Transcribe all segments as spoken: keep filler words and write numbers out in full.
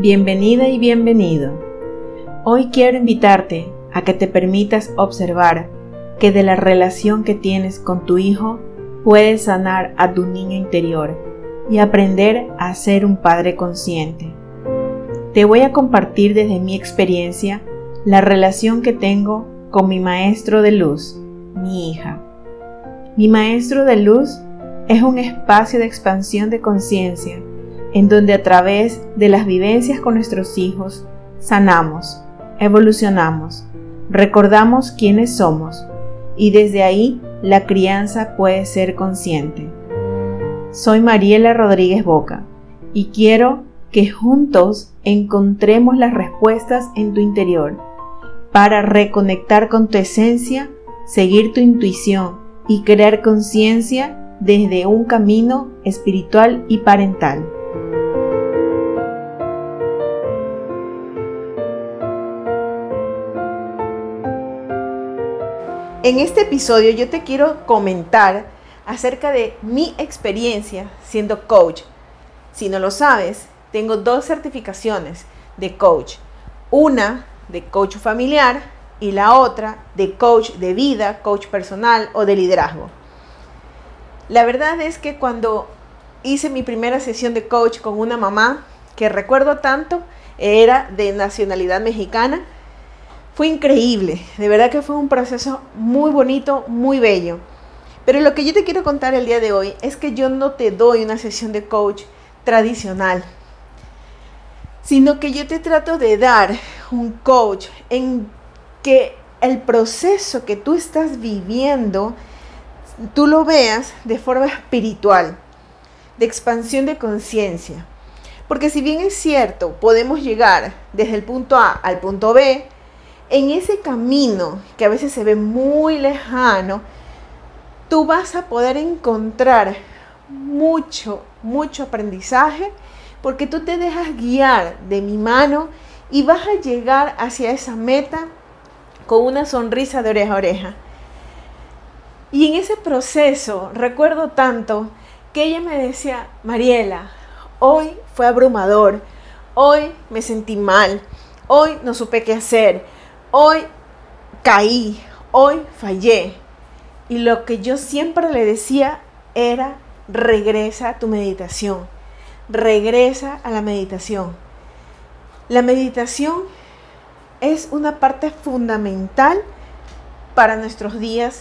Bienvenida y bienvenido. Hoy quiero invitarte a que te permitas observar que de la relación que tienes con tu hijo puedes sanar a tu niño interior y aprender a ser un padre consciente. Te voy a compartir desde mi experiencia la relación que tengo con mi maestro de luz, mi hija. Mi maestro de luz es un espacio de expansión de conciencia en donde a través de las vivencias con nuestros hijos sanamos, evolucionamos, recordamos quiénes somos y desde ahí la crianza puede ser consciente. Soy Mariela Rodríguez Boca y quiero que juntos encontremos las respuestas en tu interior para reconectar con tu esencia, seguir tu intuición y crear conciencia desde un camino espiritual y parental. En este episodio yo te quiero comentar acerca de mi experiencia siendo coach. Si no lo sabes, tengo dos certificaciones de coach. Una de coach familiar y la otra de coach de vida, coach personal o de liderazgo. La verdad es que cuando hice mi primera sesión de coach con una mamá que recuerdo tanto, era de nacionalidad mexicana, fue increíble, de verdad que fue un proceso muy bonito, muy bello. Pero lo que yo te quiero contar el día de hoy es que yo no te doy una sesión de coach tradicional, sino que yo te trato de dar un coach en que el proceso que tú estás viviendo, tú lo veas de forma espiritual, de expansión de conciencia. Porque si bien es cierto, podemos llegar desde el punto A al punto B, en ese camino que a veces se ve muy lejano, tú vas a poder encontrar mucho, mucho aprendizaje porque tú te dejas guiar de mi mano y vas a llegar hacia esa meta con una sonrisa de oreja a oreja. Y en ese proceso recuerdo tanto que ella me decía: Mariela, hoy fue abrumador, hoy me sentí mal, hoy no supe qué hacer, hoy caí, hoy fallé. Y lo que yo siempre le decía era: regresa a tu meditación, regresa a la meditación. La meditación es una parte fundamental para nuestros días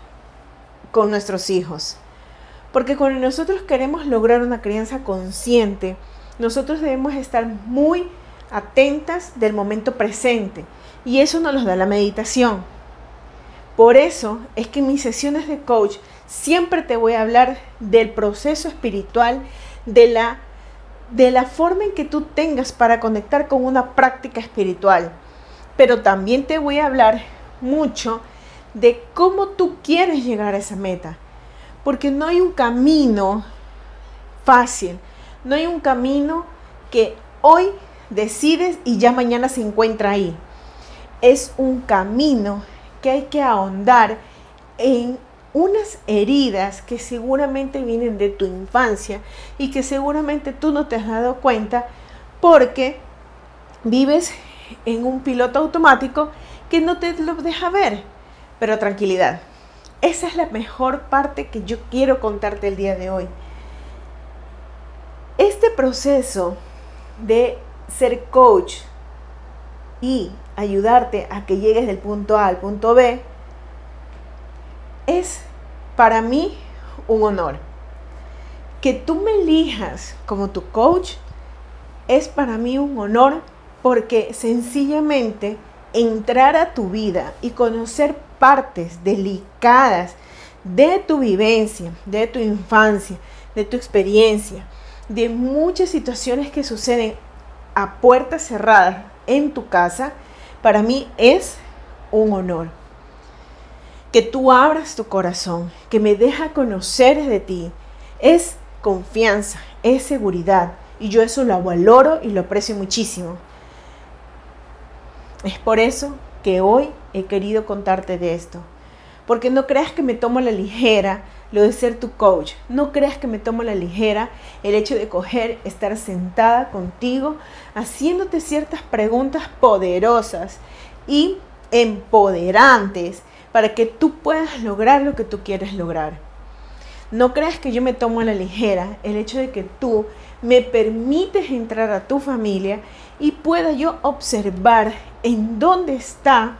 con nuestros hijos. Porque cuando nosotros queremos lograr una crianza consciente, nosotros debemos estar muy atentas del momento presente. Y eso nos lo da la meditación. Por eso es que en mis sesiones de coach siempre te voy a hablar del proceso espiritual, de la, de la forma en que tú tengas para conectar con una práctica espiritual. Pero también te voy a hablar mucho de cómo tú quieres llegar a esa meta. Porque no hay un camino fácil, no hay un camino que hoy decides y ya mañana se encuentra ahí. Es un camino que hay que ahondar en unas heridas que seguramente vienen de tu infancia y que seguramente tú no te has dado cuenta porque vives en un piloto automático que no te lo deja ver. Pero tranquilidad, esa es la mejor parte que yo quiero contarte el día de hoy. Este proceso de ser coach y ayudarte a que llegues del punto A al punto B es para mí un honor. Que tú me elijas como tu coach es para mí un honor porque sencillamente entrar a tu vida y conocer partes delicadas de tu vivencia, de tu infancia, de tu experiencia, de muchas situaciones que suceden a puertas cerradas en tu casa, para mí es un honor. Que tú abras tu corazón, que me deja conocer de ti, es confianza, es seguridad. Y yo eso lo valoro y lo aprecio muchísimo. Es por eso que hoy he querido contarte de esto. Porque no creas que me tomo a la ligera lo de ser tu coach. No creas que me tomo a la ligera el hecho de coger, estar sentada contigo, haciéndote ciertas preguntas poderosas y empoderantes para que tú puedas lograr lo que tú quieres lograr. No creas que yo me tomo a la ligera el hecho de que tú me permites entrar a tu familia y pueda yo observar en dónde está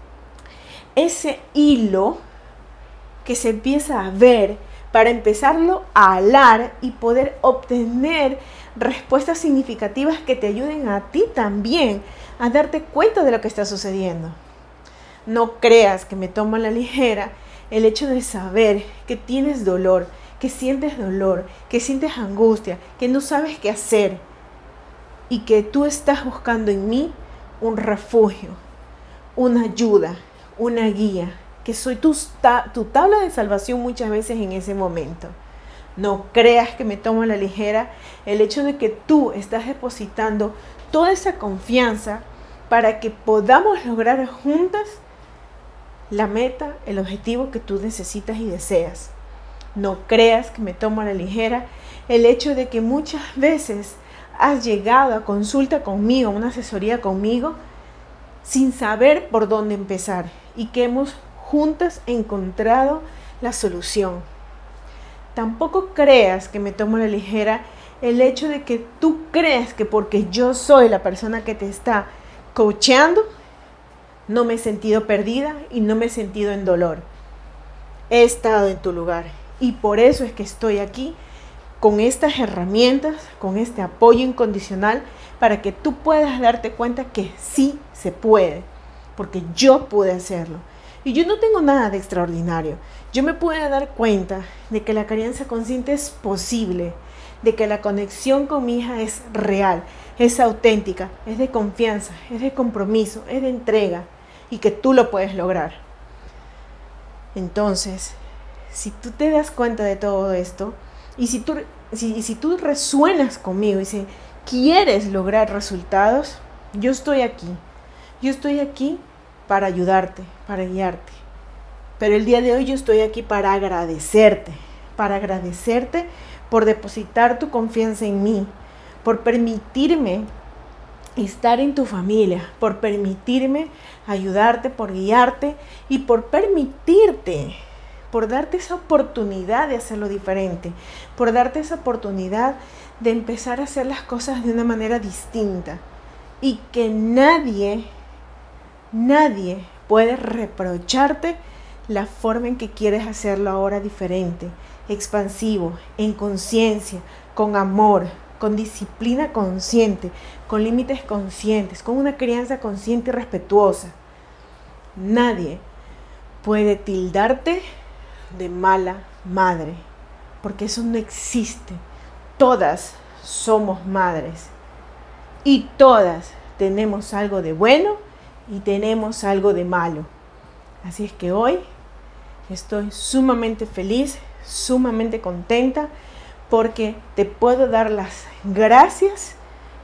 ese hilo que se empieza a ver para empezarlo a alar y poder obtener respuestas significativas que te ayuden a ti también a darte cuenta de lo que está sucediendo. No creas que me tomo a la ligera el hecho de saber que tienes dolor, que sientes dolor, que sientes angustia, que no sabes qué hacer y que tú estás buscando en mí un refugio, una ayuda, una guía, que soy tu, tu tabla de salvación muchas veces en ese momento. No creas que me tomo a la ligera el hecho de que tú estás depositando toda esa confianza para que podamos lograr juntas la meta, el objetivo que tú necesitas y deseas. No creas que me tomo a la ligera el hecho de que muchas veces has llegado a consulta conmigo, a una asesoría conmigo, sin saber por dónde empezar y que hemos juntas encontrado la solución. Tampoco creas que me tomo a la ligera el hecho de que tú creas que porque yo soy la persona que te está coacheando, no me he sentido perdida y no me he sentido en dolor. He estado en tu lugar y por eso es que estoy aquí con estas herramientas, con este apoyo incondicional para que tú puedas darte cuenta que sí se puede, porque yo pude hacerlo. Y yo no tengo nada de extraordinario. Yo me pude dar cuenta de que la crianza consciente es posible, de que la conexión con mi hija es real, es auténtica, es de confianza, es de compromiso, es de entrega y que tú lo puedes lograr. Entonces, si tú te das cuenta de todo esto y si tú, si, si tú resuenas conmigo y si quieres lograr resultados, yo estoy aquí. Yo estoy aquí para ayudarte, para guiarte. Pero el día de hoy yo estoy aquí para agradecerte, para agradecerte por depositar tu confianza en mí, por permitirme estar en tu familia, por permitirme ayudarte, por guiarte y por permitirte, por darte esa oportunidad de hacerlo diferente, por darte esa oportunidad de empezar a hacer las cosas de una manera distinta y que nadie Nadie puede reprocharte la forma en que quieres hacerlo ahora diferente, expansivo, en conciencia, con amor, con disciplina consciente, con límites conscientes, con una crianza consciente y respetuosa. Nadie puede tildarte de mala madre, porque eso no existe. Todas somos madres y todas tenemos algo de bueno y tenemos algo de malo. Así es que hoy estoy sumamente feliz, sumamente contenta, porque te puedo dar las gracias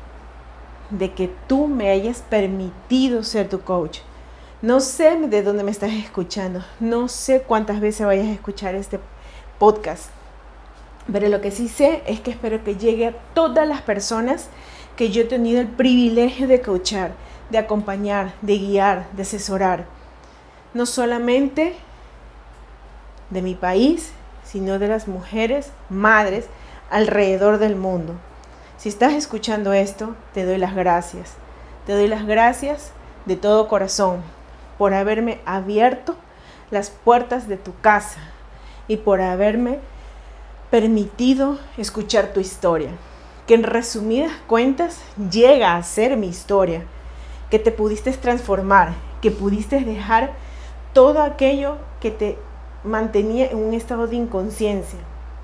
de que tú me hayas permitido ser tu coach. No sé de dónde me estás escuchando, no sé cuántas veces vayas a escuchar este podcast, pero lo que sí sé es que espero que llegue a todas las personas que yo he tenido el privilegio de coachar, de acompañar, de guiar, de asesorar. No solamente de mi país, sino de las mujeres, madres, alrededor del mundo. Si estás escuchando esto, te doy las gracias. Te doy las gracias de todo corazón por haberme abierto las puertas de tu casa y por haberme permitido escuchar tu historia, que en resumidas cuentas llega a ser mi historia, que te pudiste transformar, que pudiste dejar todo aquello que te mantenía en un estado de inconsciencia.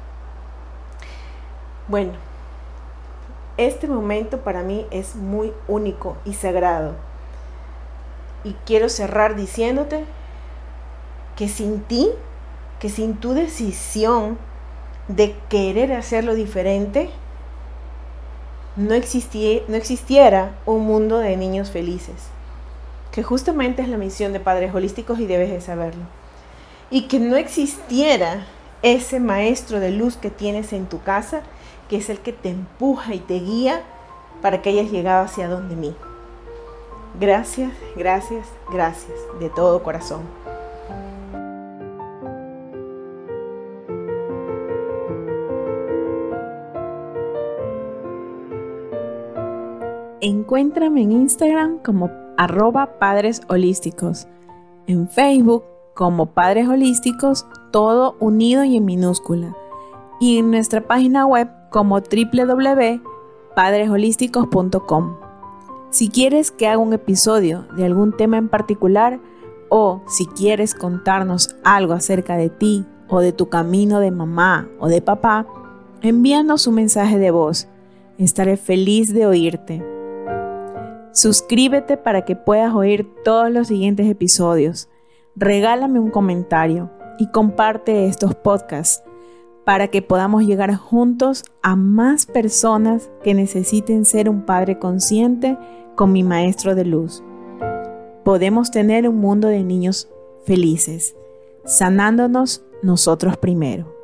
Bueno, este momento para mí es muy único y sagrado. Y quiero cerrar diciéndote que sin ti, que sin tu decisión de querer hacerlo diferente, no existiera, no existiera un mundo de niños felices, que justamente es la misión de Padres Holísticos y debes de saberlo. y que no existiera ese maestro de luz que tienes en tu casa, que es el que te empuja y te guía para que hayas llegado hacia donde mí. Gracias, gracias, gracias, de todo corazón. Encuéntrame en Instagram como arroba Padres Holísticos, en Facebook como Padres Holísticos, todo unido y en minúscula, y en nuestra página web como doble u doble u doble u punto padres holísticos punto com. Si quieres que haga un episodio de algún tema en particular, o si quieres contarnos algo acerca de ti o de tu camino de mamá o de papá, envíanos un mensaje de voz. Estaré feliz de oírte. Suscríbete para que puedas oír todos los siguientes episodios. Regálame un comentario y comparte estos podcasts para que podamos llegar juntos a más personas que necesiten ser un padre consciente con mi maestro de luz. Podemos tener un mundo de niños felices, sanándonos nosotros primero.